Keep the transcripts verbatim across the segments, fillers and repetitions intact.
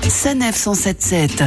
Sanef cent sept sept.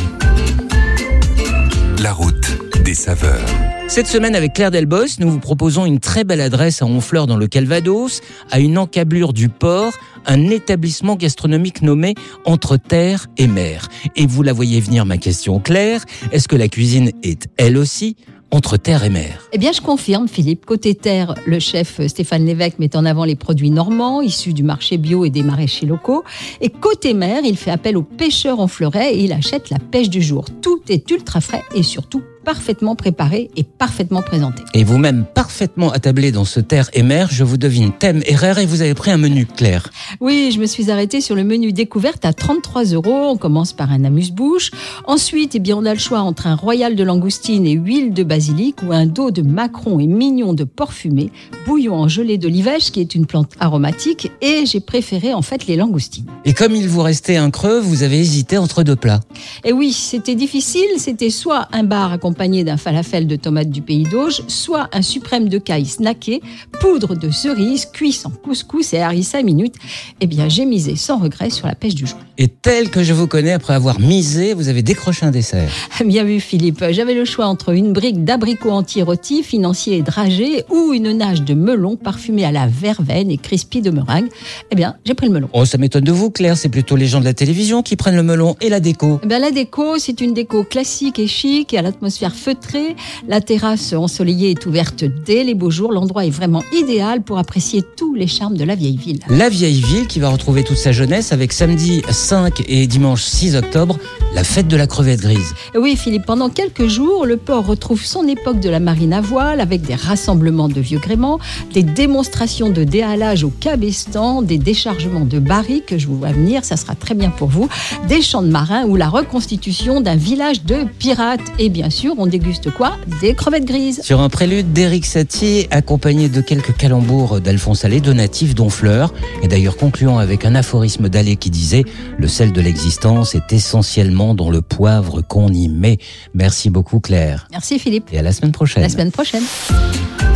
La route des saveurs. Cette semaine, avec Claire Delbos, nous vous proposons une très belle adresse à Honfleur dans le Calvados, à une encablure du port, un établissement gastronomique nommé Entre Terre et Mer. Et vous la voyez venir, ma question, Claire, est-ce que la cuisine est, elle aussi, entre terre et mer? Eh bien, je confirme, Philippe. Côté terre, le chef Stéphane Lévesque met en avant les produits normands, issus du marché bio et des maraîchers locaux. Et côté mer, il fait appel aux pêcheurs honfleurais et il achète la pêche du jour. Tout est ultra frais et surtout parfaitement préparé et parfaitement présenté. Et vous-même parfaitement attablé dans ce terre et mer, je vous devine thème et rare et vous avez pris un menu, Claire. Oui, je me suis arrêtée sur le menu découverte à trente-trois euros. On commence par un amuse-bouche. Ensuite, eh bien, on a le choix entre un royal de langoustine et huile de basilic ou un dos de maqueron et mignon de porc fumé, bouillon en gelée d'olivèche qui est une plante aromatique, et j'ai préféré en fait les langoustines. Et comme il vous restait un creux, vous avez hésité entre deux plats. Et oui, c'était difficile. C'était soit un bar accompagné d'un falafel de tomates du pays d'Auge, soit un suprême de caille snacké, poudre de cerise, cuisse en couscous et harissa minutes. Eh bien, j'ai misé sans regret sur la pêche du jour. Et tel que je vous connais, après avoir misé, vous avez décroché un dessert. Bien vu, Philippe. J'avais le choix entre une brique d'abricots entiers rôtis, financiers et dragés, ou une nage de melon parfumée à la verveine et crispy de meringue. Eh bien, j'ai pris le melon. Oh, ça m'étonne de vous, Claire. C'est plutôt les gens de la télévision qui prennent le melon et la déco. Eh bien, la déco, c'est une déco classique et chic et à l'atmosphère feutrée. La terrasse ensoleillée est ouverte dès les beaux jours. L'endroit est vraiment idéal pour apprécier tous les charmes de la vieille ville. La vieille ville qui va retrouver toute sa jeunesse avec samedi cinq et dimanche six octobre, la fête de la crevette grise. Oui, Philippe, pendant quelques jours, le port retrouve son époque de la marine à voile avec des rassemblements de vieux gréements, des démonstrations de déhalage au cabestan, des déchargements de barriques, que je vous vois venir, ça sera très bien pour vous, des champs de marins ou la reconstitution d'un village de pirates. Et bien sûr, on déguste quoi? Des crevettes grises. Sur un prélude d'Éric Satie, accompagné de quelques calembours d'Alphonse Allais, deux natifs d'Honfleur, et d'ailleurs concluant avec un aphorisme d'Allais qui disait « Le sel de l'existence est essentiellement dans le poivre qu'on y met ». Merci beaucoup, Claire. Merci, Philippe. Et à la semaine prochaine. La semaine prochaine.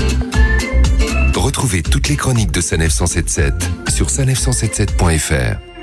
Retrouvez toutes les chroniques de Sanef cent soixante-dix-sept sur sanef cent soixante-dix-sept point f r.